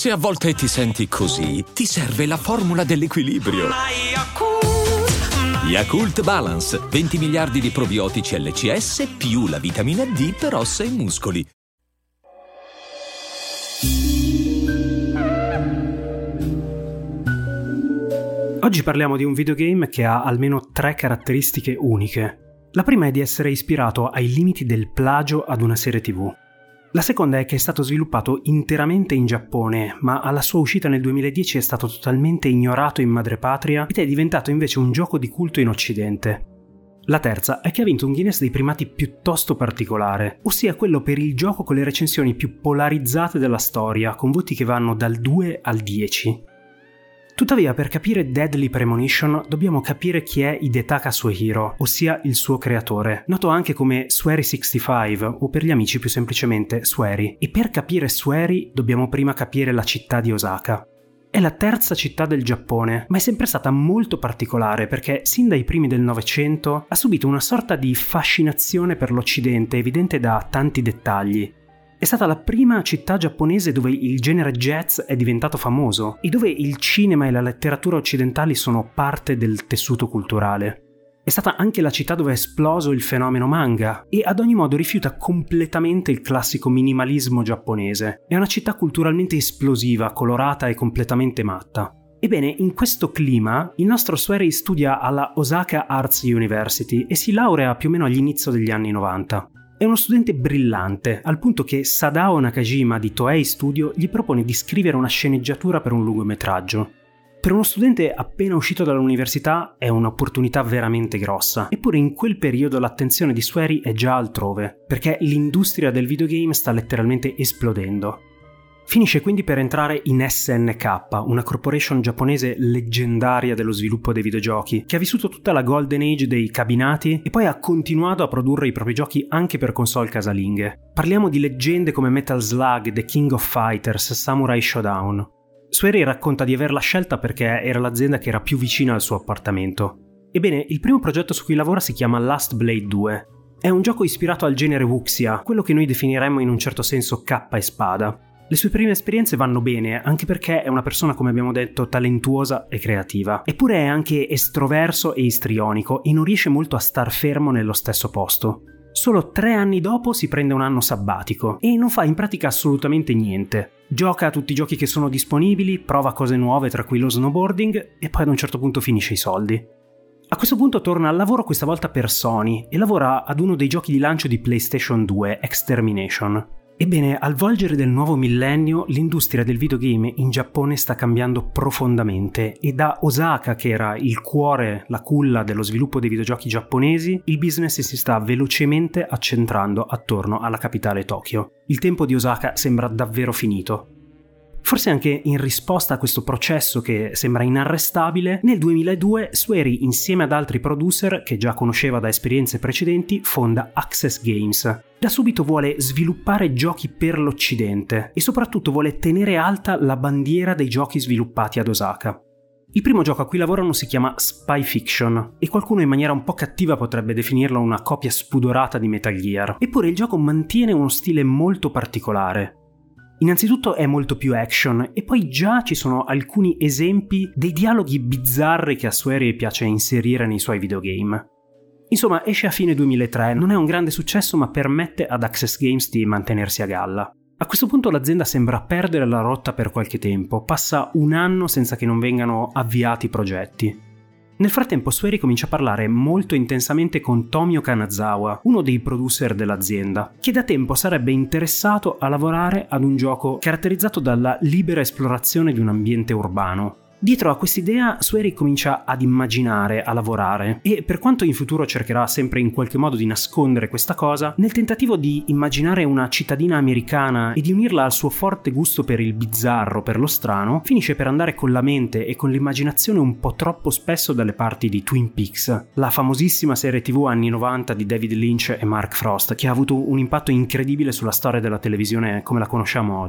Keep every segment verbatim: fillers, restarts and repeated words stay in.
Se a volte ti senti così, ti serve la formula dell'equilibrio. Yakult Balance, venti miliardi di probiotici L C S più la vitamina D per ossa e muscoli. Oggi parliamo di un videogame che ha almeno tre caratteristiche uniche. La prima è di essere ispirato ai limiti del plagio ad una serie tivù. La seconda è che è stato sviluppato interamente in Giappone, ma alla sua uscita nel duemiladieci è stato totalmente ignorato in madrepatria ed è diventato invece un gioco di culto in Occidente. La terza è che ha vinto un Guinness dei primati piuttosto particolare, ossia quello per il gioco con le recensioni più polarizzate della storia, con voti che vanno dal due al dieci. Tuttavia, per capire Deadly Premonition dobbiamo capire chi è Hidetaka Suehiro, ossia il suo creatore, noto anche come Swery sessantacinque o per gli amici più semplicemente Swery. E per capire Swery dobbiamo prima capire la città di Osaka. È la terza città del Giappone, ma è sempre stata molto particolare perché sin dai primi del Novecento ha subito una sorta di fascinazione per l'Occidente evidente da tanti dettagli. È stata la prima città giapponese dove il genere jazz è diventato famoso e dove il cinema e la letteratura occidentali sono parte del tessuto culturale. È stata anche la città dove è esploso il fenomeno manga e ad ogni modo rifiuta completamente il classico minimalismo giapponese. È una città culturalmente esplosiva, colorata e completamente matta. Ebbene, in questo clima, il nostro Swery studia alla Osaka Arts University e si laurea più o meno all'inizio degli anni novanta. È uno studente brillante, al punto che Sadao Nakajima di Toei Studio gli propone di scrivere una sceneggiatura per un lungometraggio. Per uno studente appena uscito dall'università è un'opportunità veramente grossa, eppure in quel periodo l'attenzione di Swery è già altrove, perché l'industria del videogame sta letteralmente esplodendo. Finisce quindi per entrare in S N K, una corporation giapponese leggendaria dello sviluppo dei videogiochi, che ha vissuto tutta la golden age dei cabinati e poi ha continuato a produrre i propri giochi anche per console casalinghe. Parliamo di leggende come Metal Slug, The King of Fighters, Samurai Shodown. Swery racconta di averla scelta perché era l'azienda che era più vicina al suo appartamento. Ebbene, il primo progetto su cui lavora si chiama Last Blade due. È un gioco ispirato al genere wuxia, quello che noi definiremmo in un certo senso cappa e spada. Le sue prime esperienze vanno bene, anche perché è una persona, come abbiamo detto, talentuosa e creativa. Eppure è anche estroverso e istrionico e non riesce molto a star fermo nello stesso posto. Solo tre anni dopo si prende un anno sabbatico e non fa in pratica assolutamente niente. Gioca a tutti i giochi che sono disponibili, prova cose nuove tra cui lo snowboarding e poi ad un certo punto finisce i soldi. A questo punto torna al lavoro questa volta per Sony e lavora ad uno dei giochi di lancio di PlayStation due, Extermination. Ebbene, al volgere del nuovo millennio, l'industria del videogame in Giappone sta cambiando profondamente e da Osaka, che era il cuore, la culla dello sviluppo dei videogiochi giapponesi, il business si sta velocemente accentrando attorno alla capitale Tokyo. Il tempo di Osaka sembra davvero finito. Forse anche in risposta a questo processo che sembra inarrestabile, nel duemiladue Swery, insieme ad altri producer che già conosceva da esperienze precedenti, fonda Access Games. Da subito vuole sviluppare giochi per l'Occidente e soprattutto vuole tenere alta la bandiera dei giochi sviluppati ad Osaka. Il primo gioco a cui lavorano si chiama Spy Fiction e qualcuno in maniera un po' cattiva potrebbe definirlo una copia spudorata di Metal Gear. Eppure il gioco mantiene uno stile molto particolare. Innanzitutto è molto più action e poi già ci sono alcuni esempi dei dialoghi bizzarri che a Swery piace inserire nei suoi videogame. Insomma, esce a fine duemilatré, non è un grande successo ma permette ad Access Games di mantenersi a galla. A questo punto l'azienda sembra perdere la rotta per qualche tempo, passa un anno senza che non vengano avviati progetti. Nel frattempo Swery comincia a parlare molto intensamente con Tomio Kanazawa, uno dei producer dell'azienda, che da tempo sarebbe interessato a lavorare ad un gioco caratterizzato dalla libera esplorazione di un ambiente urbano. Dietro a quest'idea Swery comincia ad immaginare, a lavorare e per quanto in futuro cercherà sempre in qualche modo di nascondere questa cosa, nel tentativo di immaginare una cittadina americana e di unirla al suo forte gusto per il bizzarro, per lo strano, finisce per andare con la mente e con l'immaginazione un po' troppo spesso dalle parti di Twin Peaks, la famosissima serie tivù anni novanta di David Lynch e Mark Frost, che ha avuto un impatto incredibile sulla storia della televisione come la conosciamo oggi.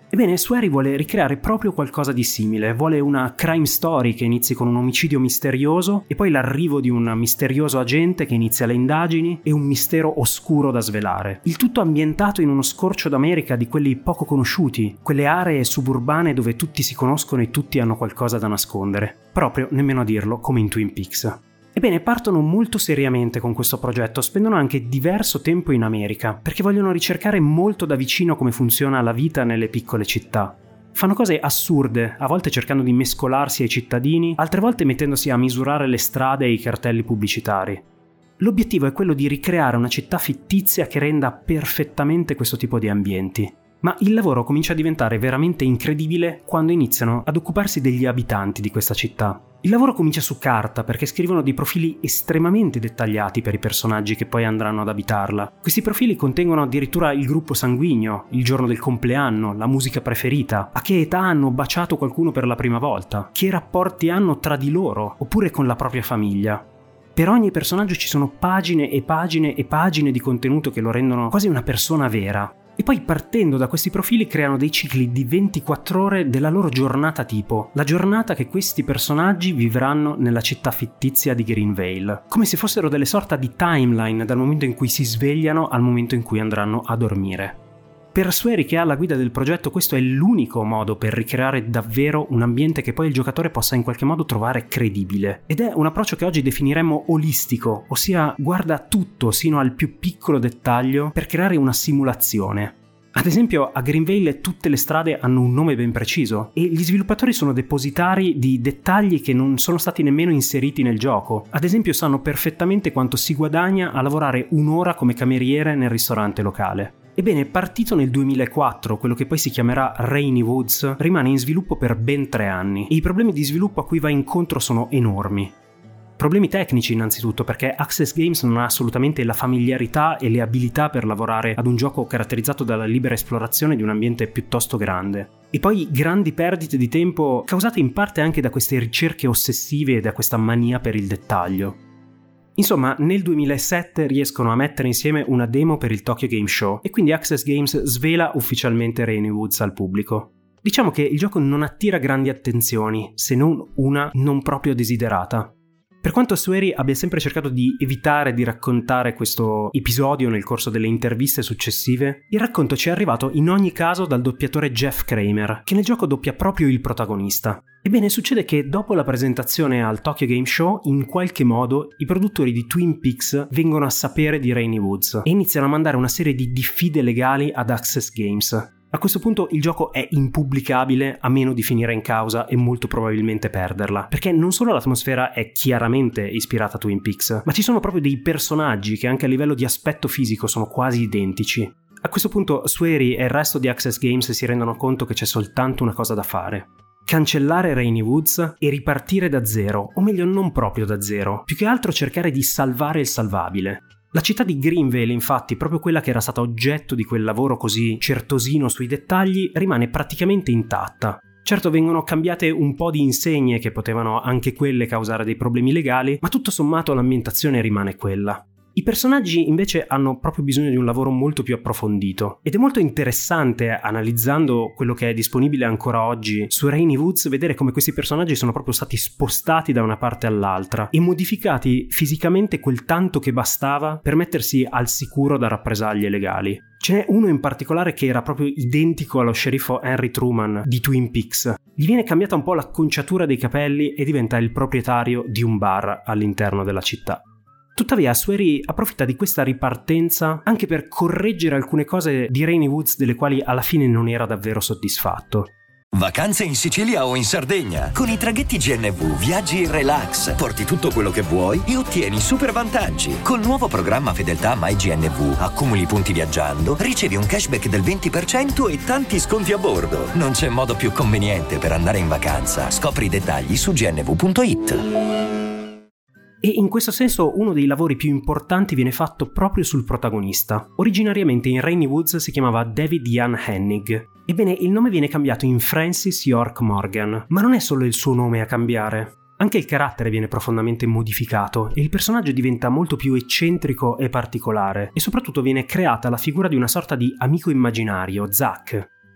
Ebbene, Swery vuole ricreare proprio qualcosa di simile, vuole una crime story che inizi con un omicidio misterioso e poi l'arrivo di un misterioso agente che inizia le indagini e un mistero oscuro da svelare. Il tutto ambientato in uno scorcio d'America di quelli poco conosciuti, quelle aree suburbane dove tutti si conoscono e tutti hanno qualcosa da nascondere. Proprio, nemmeno a dirlo, come in Twin Peaks. Ebbene, partono molto seriamente con questo progetto, spendono anche diverso tempo in America, perché vogliono ricercare molto da vicino come funziona la vita nelle piccole città. Fanno cose assurde, a volte cercando di mescolarsi ai cittadini, altre volte mettendosi a misurare le strade e i cartelli pubblicitari. L'obiettivo è quello di ricreare una città fittizia che renda perfettamente questo tipo di ambienti. Ma il lavoro comincia a diventare veramente incredibile quando iniziano ad occuparsi degli abitanti di questa città. Il lavoro comincia su carta perché scrivono dei profili estremamente dettagliati per i personaggi che poi andranno ad abitarla. Questi profili contengono addirittura il gruppo sanguigno, il giorno del compleanno, la musica preferita, a che età hanno baciato qualcuno per la prima volta, che rapporti hanno tra di loro oppure con la propria famiglia. Per ogni personaggio ci sono pagine e pagine e pagine di contenuto che lo rendono quasi una persona vera. E poi partendo da questi profili creano dei cicli di ventiquattro ore della loro giornata tipo, la giornata che questi personaggi vivranno nella città fittizia di Greenvale, come se fossero delle sorta di timeline dal momento in cui si svegliano al momento in cui andranno a dormire. Per Swery, che è alla guida del progetto, questo è l'unico modo per ricreare davvero un ambiente che poi il giocatore possa in qualche modo trovare credibile. Ed è un approccio che oggi definiremmo olistico, ossia guarda tutto sino al più piccolo dettaglio per creare una simulazione. Ad esempio, a Greenvale tutte le strade hanno un nome ben preciso e gli sviluppatori sono depositari di dettagli che non sono stati nemmeno inseriti nel gioco. Ad esempio, sanno perfettamente quanto si guadagna a lavorare un'ora come cameriere nel ristorante locale. Ebbene, partito nel duemilaquattro, quello che poi si chiamerà Rainy Woods rimane in sviluppo per ben tre anni e i problemi di sviluppo a cui va incontro sono enormi. Problemi tecnici innanzitutto, perché Access Games non ha assolutamente la familiarità e le abilità per lavorare ad un gioco caratterizzato dalla libera esplorazione di un ambiente piuttosto grande. E poi grandi perdite di tempo causate in parte anche da queste ricerche ossessive e da questa mania per il dettaglio. Insomma, nel duemilasette riescono a mettere insieme una demo per il Tokyo Game Show e quindi Access Games svela ufficialmente Rainy Woods al pubblico. Diciamo che il gioco non attira grandi attenzioni, se non una non proprio desiderata. Per quanto Swery abbia sempre cercato di evitare di raccontare questo episodio nel corso delle interviste successive, il racconto ci è arrivato in ogni caso dal doppiatore Jeff Kramer, che nel gioco doppia proprio il protagonista. Ebbene, succede che dopo la presentazione al Tokyo Game Show, in qualche modo, i produttori di Twin Peaks vengono a sapere di Rainy Woods e iniziano a mandare una serie di diffide legali ad Access Games. A questo punto il gioco è impubblicabile a meno di finire in causa e molto probabilmente perderla, perché non solo l'atmosfera è chiaramente ispirata a Twin Peaks, ma ci sono proprio dei personaggi che anche a livello di aspetto fisico sono quasi identici. A questo punto Swery e il resto di Access Games si rendono conto che c'è soltanto una cosa da fare: cancellare Rainy Woods e ripartire da zero, o meglio non proprio da zero, più che altro cercare di salvare il salvabile. La città di Greenvale, infatti, proprio quella che era stata oggetto di quel lavoro così certosino sui dettagli, rimane praticamente intatta. Certo, vengono cambiate un po' di insegne che potevano anche quelle causare dei problemi legali, ma tutto sommato l'ambientazione rimane quella. I personaggi invece hanno proprio bisogno di un lavoro molto più approfondito ed è molto interessante, analizzando quello che è disponibile ancora oggi su Rainy Woods, vedere come questi personaggi sono proprio stati spostati da una parte all'altra e modificati fisicamente quel tanto che bastava per mettersi al sicuro da rappresaglie legali. Ce n'è uno in particolare che era proprio identico allo sceriffo Henry Truman di Twin Peaks. Gli viene cambiata un po' l'acconciatura dei capelli e diventa il proprietario di un bar all'interno della città. Tuttavia Swery approfitta di questa ripartenza anche per correggere alcune cose di Rainy Woods delle quali alla fine non era davvero soddisfatto. Vacanze in Sicilia o in Sardegna. Con i traghetti G N V viaggi in relax, porti tutto quello che vuoi e ottieni super vantaggi. Col nuovo programma Fedeltà MyGNV accumuli punti viaggiando, ricevi un cashback del venti per cento e tanti sconti a bordo. Non c'è modo più conveniente per andare in vacanza. Scopri i dettagli su g n v punto i t. E in questo senso uno dei lavori più importanti viene fatto proprio sul protagonista. Originariamente in Rainy Woods si chiamava David Ian Hennig. Ebbene, il nome viene cambiato in Francis York Morgan, ma non è solo il suo nome a cambiare. Anche il carattere viene profondamente modificato e il personaggio diventa molto più eccentrico e particolare, e soprattutto viene creata la figura di una sorta di amico immaginario, Zack.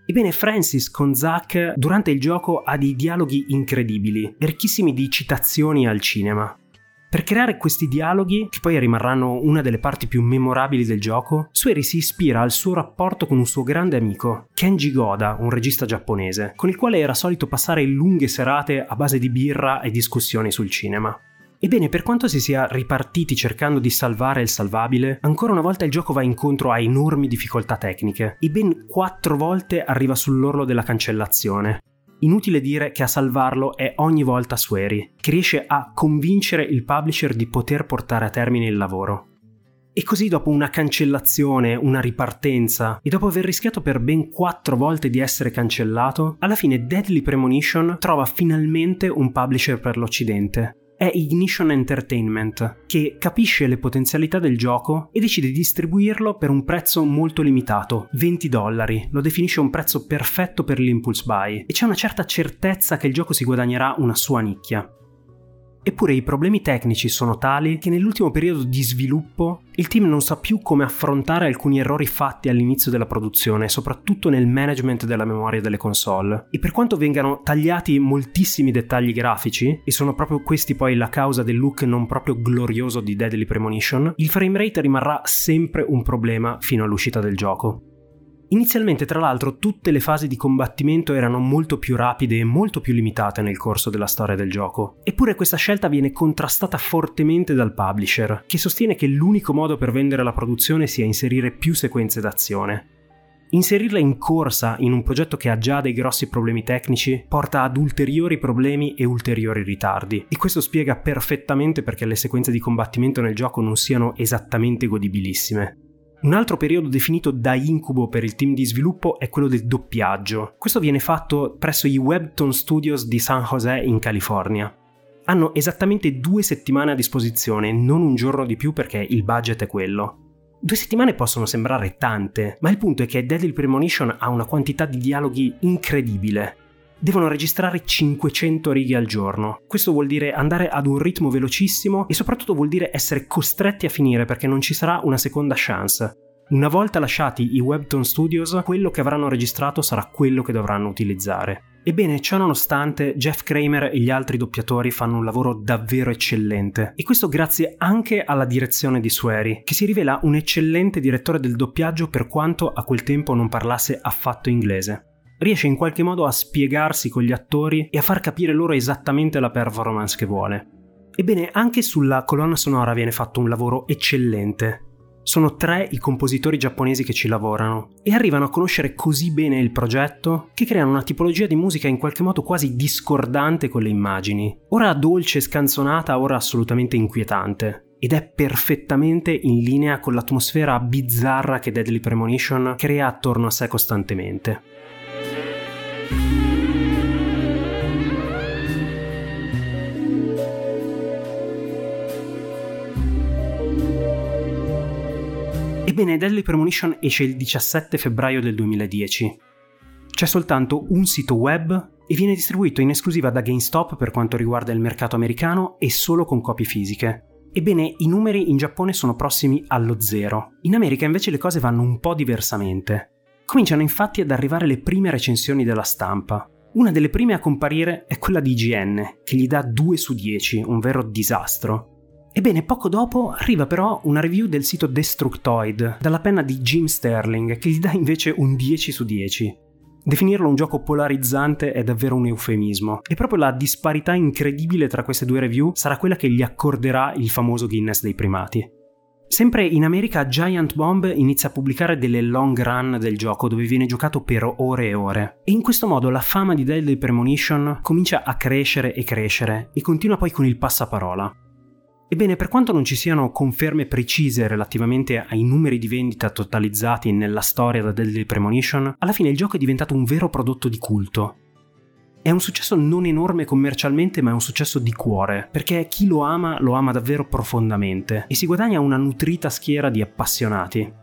Ebbene, Francis con Zack durante il gioco ha dei dialoghi incredibili, ricchissimi di citazioni al cinema. Per creare questi dialoghi, che poi rimarranno una delle parti più memorabili del gioco, Swery si ispira al suo rapporto con un suo grande amico, Kenji Goda, un regista giapponese, con il quale era solito passare lunghe serate a base di birra e discussioni sul cinema. Ebbene, per quanto si sia ripartiti cercando di salvare il salvabile, ancora una volta il gioco va incontro a enormi difficoltà tecniche e ben quattro volte arriva sull'orlo della cancellazione. Inutile dire che a salvarlo è ogni volta Swery, che riesce a convincere il publisher di poter portare a termine il lavoro. E così, dopo una cancellazione, una ripartenza, e dopo aver rischiato per ben quattro volte di essere cancellato, alla fine Deadly Premonition trova finalmente un publisher per l'Occidente. È Ignition Entertainment, che capisce le potenzialità del gioco e decide di distribuirlo per un prezzo molto limitato, venti dollari. Lo definisce un prezzo perfetto per l'impulse buy, e c'è una certa certezza che il gioco si guadagnerà una sua nicchia. Eppure i problemi tecnici sono tali che nell'ultimo periodo di sviluppo il team non sa più come affrontare alcuni errori fatti all'inizio della produzione, soprattutto nel management della memoria delle console. E per quanto vengano tagliati moltissimi dettagli grafici, e sono proprio questi poi la causa del look non proprio glorioso di Deadly Premonition, il framerate rimarrà sempre un problema fino all'uscita del gioco. Inizialmente, tra l'altro, tutte le fasi di combattimento erano molto più rapide e molto più limitate nel corso della storia del gioco. Eppure questa scelta viene contrastata fortemente dal publisher, che sostiene che l'unico modo per vendere la produzione sia inserire più sequenze d'azione. Inserirla in corsa in un progetto che ha già dei grossi problemi tecnici porta ad ulteriori problemi e ulteriori ritardi, e questo spiega perfettamente perché le sequenze di combattimento nel gioco non siano esattamente godibilissime. Un altro periodo definito da incubo per il team di sviluppo è quello del doppiaggio. Questo viene fatto presso i Webtoon Studios di San José in California. Hanno esattamente due settimane a disposizione, non un giorno di più perché il budget è quello. Due settimane possono sembrare tante, ma il punto è che Deadly Premonition ha una quantità di dialoghi incredibile. Devono registrare cinquecento righe al giorno. Questo vuol dire andare ad un ritmo velocissimo e soprattutto vuol dire essere costretti a finire perché non ci sarà una seconda chance. Una volta lasciati i Webtoon Studios, quello che avranno registrato sarà quello che dovranno utilizzare. Ebbene, ciò nonostante, Jeff Kramer e gli altri doppiatori fanno un lavoro davvero eccellente. E questo grazie anche alla direzione di Swery, che si rivela un eccellente direttore del doppiaggio per quanto a quel tempo non parlasse affatto inglese. Riesce in qualche modo a spiegarsi con gli attori e a far capire loro esattamente la performance che vuole. Ebbene, anche sulla colonna sonora viene fatto un lavoro eccellente. Sono tre i compositori giapponesi che ci lavorano e arrivano a conoscere così bene il progetto che creano una tipologia di musica in qualche modo quasi discordante con le immagini, ora dolce e scanzonata, ora assolutamente inquietante. Ed è perfettamente in linea con l'atmosfera bizzarra che Deadly Premonition crea attorno a sé costantemente. Ebbene, Deadly Premonition esce il diciassette febbraio del duemiladieci. C'è soltanto un sito web e viene distribuito in esclusiva da GameStop per quanto riguarda il mercato americano e solo con copie fisiche. Ebbene, i numeri in Giappone sono prossimi allo zero. In America invece le cose vanno un po' diversamente. Cominciano infatti ad arrivare le prime recensioni della stampa. Una delle prime a comparire è quella di I G N, che gli dà due su dieci, un vero disastro. Ebbene, poco dopo arriva però una review del sito Destructoid, dalla penna di Jim Sterling, che gli dà invece un dieci su dieci. Definirlo un gioco polarizzante è davvero un eufemismo, e proprio la disparità incredibile tra queste due review sarà quella che gli accorderà il famoso Guinness dei primati. Sempre in America Giant Bomb inizia a pubblicare delle long run del gioco dove viene giocato per ore e ore, e in questo modo la fama di Deadly Premonition comincia a crescere e crescere e continua poi con il passaparola. Ebbene, per quanto non ci siano conferme precise relativamente ai numeri di vendita totalizzati nella storia da Deadly Premonition, alla fine il gioco è diventato un vero prodotto di culto. È un successo non enorme commercialmente, ma è un successo di cuore, perché chi lo ama lo ama davvero profondamente e si guadagna una nutrita schiera di appassionati.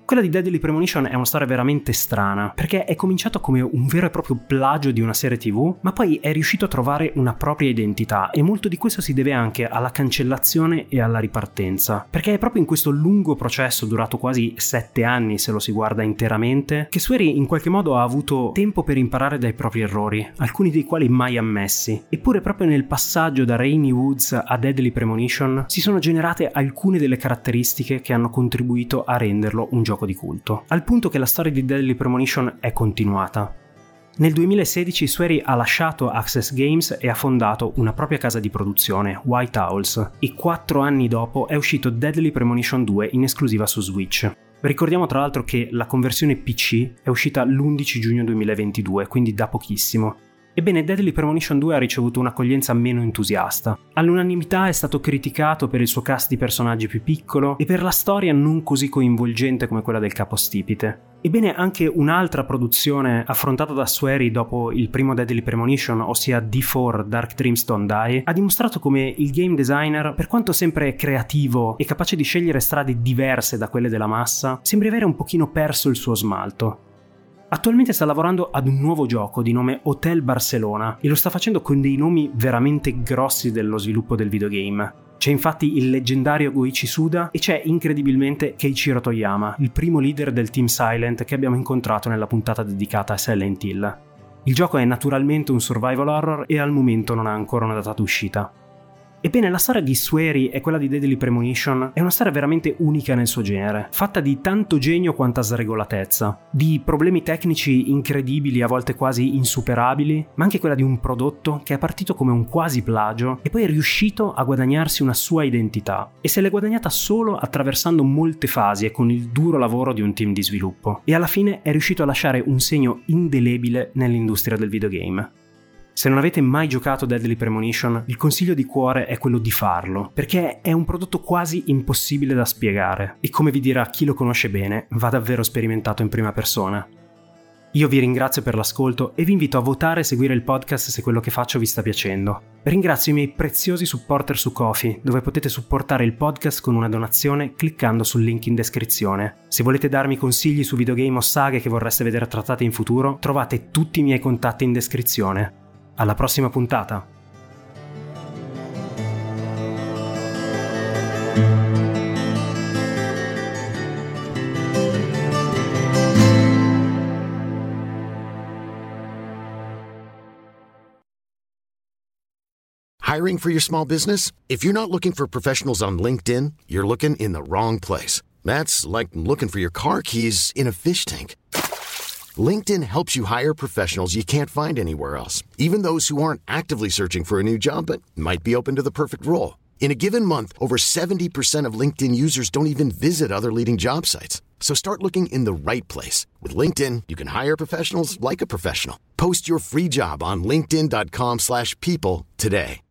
Quella di Deadly Premonition è una storia veramente strana, perché è cominciato come un vero e proprio plagio di una serie tivù, ma poi è riuscito a trovare una propria identità, e molto di questo si deve anche alla cancellazione e alla ripartenza, perché è proprio in questo lungo processo durato quasi sette anni se lo si guarda interamente, che Swery in qualche modo ha avuto tempo per imparare dai propri errori, alcuni dei quali mai ammessi. Eppure proprio nel passaggio da Rainy Woods a Deadly Premonition si sono generate alcune delle caratteristiche che hanno contribuito a renderlo un gioco di culto, al punto che la storia di Deadly Premonition è continuata. Nel duemilasedici Swery ha lasciato Access Games e ha fondato una propria casa di produzione, White Owls, e quattro anni dopo è uscito Deadly Premonition due in esclusiva su Switch. Ricordiamo tra l'altro che la conversione P C è uscita l'undici giugno duemilaventidue, quindi da pochissimo. Ebbene, Deadly Premonition due ha ricevuto un'accoglienza meno entusiasta. All'unanimità è stato criticato per il suo cast di personaggi più piccolo e per la storia non così coinvolgente come quella del capostipite. Ebbene, anche un'altra produzione affrontata da Swery dopo il primo Deadly Premonition, ossia D quattro Dark Dreams Don't Die, ha dimostrato come il game designer, per quanto sempre creativo e capace di scegliere strade diverse da quelle della massa, sembri avere un pochino perso il suo smalto. Attualmente sta lavorando ad un nuovo gioco di nome Hotel Barcelona e lo sta facendo con dei nomi veramente grossi dello sviluppo del videogame. C'è infatti il leggendario Goichi Suda e c'è incredibilmente Keiichiro Toyama, il primo leader del team Silent che abbiamo incontrato nella puntata dedicata a Silent Hill. Il gioco è naturalmente un survival horror e al momento non ha ancora una data d'uscita. Ebbene, la storia di Swery e quella di Deadly Premonition è una storia veramente unica nel suo genere, fatta di tanto genio quanta sregolatezza, di problemi tecnici incredibili, a volte quasi insuperabili, ma anche quella di un prodotto che è partito come un quasi plagio e poi è riuscito a guadagnarsi una sua identità, e se l'è guadagnata solo attraversando molte fasi e con il duro lavoro di un team di sviluppo, e alla fine è riuscito a lasciare un segno indelebile nell'industria del videogame. Se non avete mai giocato Deadly Premonition, il consiglio di cuore è quello di farlo, perché è un prodotto quasi impossibile da spiegare e, come vi dirà chi lo conosce bene, va davvero sperimentato in prima persona. Io vi ringrazio per l'ascolto e vi invito a votare e seguire il podcast se quello che faccio vi sta piacendo. Ringrazio i miei preziosi supporter su Ko-fi, dove potete supportare il podcast con una donazione cliccando sul link in descrizione. Se volete darmi consigli su videogame o saghe che vorreste vedere trattate in futuro, trovate tutti i miei contatti in descrizione. Alla prossima puntata! Hiring for your small business? If you're not looking for professionals on LinkedIn, you're looking in the wrong place. That's like looking for your car keys in a fish tank. LinkedIn helps you hire professionals you can't find anywhere else, even those who aren't actively searching for a new job but might be open to the perfect role. In a given month, over seventy percent of LinkedIn users don't even visit other leading job sites. So start looking in the right place. With LinkedIn, you can hire professionals like a professional. Post your free job on linkedin dot com slash people today.